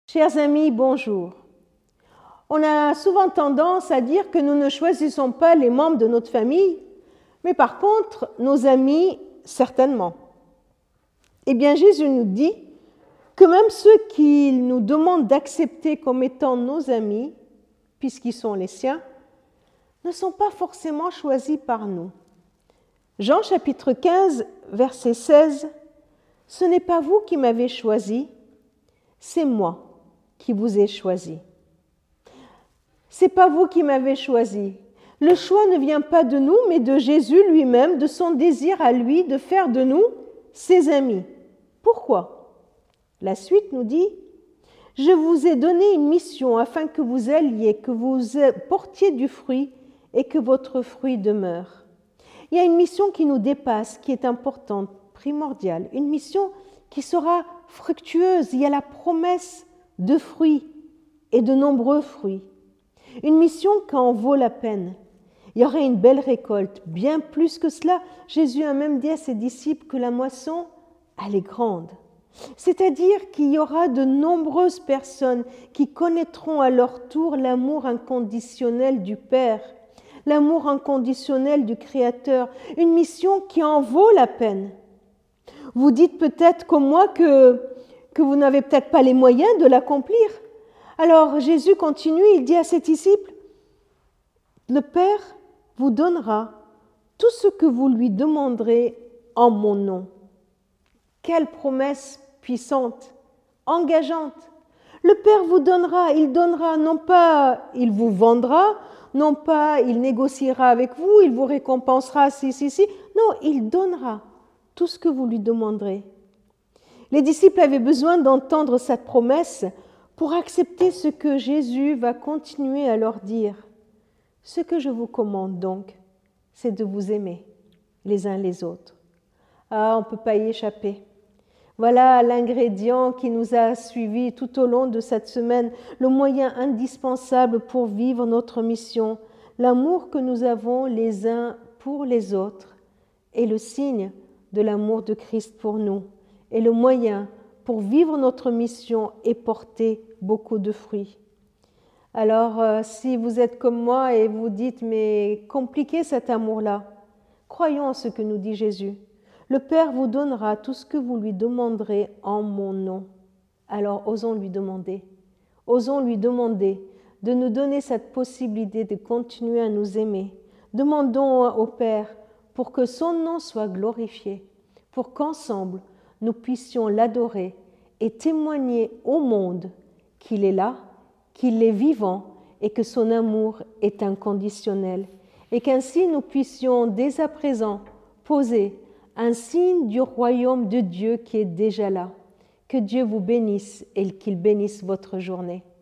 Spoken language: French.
Chers amis, bonjour. On a souvent tendance à dire que nous ne choisissons pas les membres de notre famille, mais par contre, nos amis, certainement. Eh bien, Jésus nous dit que même ceux qu'il nous demande d'accepter comme étant nos amis, puisqu'ils sont les siens, ne sont pas forcément choisis par nous. Jean chapitre 15, verset 16, « Ce n'est pas vous qui m'avez choisi, c'est moi qui vous ai choisi. » C'est pas vous qui m'avez choisi. Le choix ne vient pas de nous, mais de Jésus lui-même, de son désir à lui de faire de nous ses amis. Pourquoi? La suite nous dit, « Je vous ai donné une mission afin que vous alliez, que vous portiez du fruit et que votre fruit demeure. » Il y a une mission qui nous dépasse, qui est importante, primordiale, une mission qui sera fructueuse. Il y a la promesse de fruits et de nombreux fruits. Une mission qui en vaut la peine. Il y aurait une belle récolte. Bien plus que cela, Jésus a même dit à ses disciples que la moisson, elle est grande. C'est-à-dire qu'il y aura de nombreuses personnes qui connaîtront à leur tour l'amour inconditionnel du Père, l'amour inconditionnel du Créateur, une mission qui en vaut la peine. Vous dites peut-être comme moi que vous n'avez peut-être pas les moyens de l'accomplir. Alors Jésus continue, il dit à ses disciples, « Le Père vous donnera tout ce que vous lui demanderez en mon nom. » Quelle promesse puissante, engageante. Le Père vous donnera, il donnera, non pas il vous vendra, non pas il négociera avec vous, il vous récompensera, si. Non, il donnera tout ce que vous lui demanderez. Les disciples avaient besoin d'entendre cette promesse pour accepter ce que Jésus va continuer à leur dire. Ce que je vous commande donc, c'est de vous aimer les uns les autres. Ah, on ne peut pas y échapper. Voilà l'ingrédient qui nous a suivis tout au long de cette semaine, le moyen indispensable pour vivre notre mission, l'amour que nous avons les uns pour les autres est le signe de l'amour de Christ pour nous et le moyen pour vivre notre mission et porter beaucoup de fruits. Alors, si vous êtes comme moi et vous dites « mais compliqué cet amour-là », croyons en ce que nous dit Jésus. Le Père vous donnera tout ce que vous lui demanderez en mon nom. Alors, osons lui demander de nous donner cette possibilité de continuer à nous aimer. Demandons au Père pour que son nom soit glorifié, pour qu'ensemble, nous puissions l'adorer et témoigner au monde qu'il est là, qu'il est vivant et que son amour est inconditionnel. Et qu'ainsi nous puissions dès à présent poser un signe du royaume de Dieu qui est déjà là. Que Dieu vous bénisse et qu'il bénisse votre journée.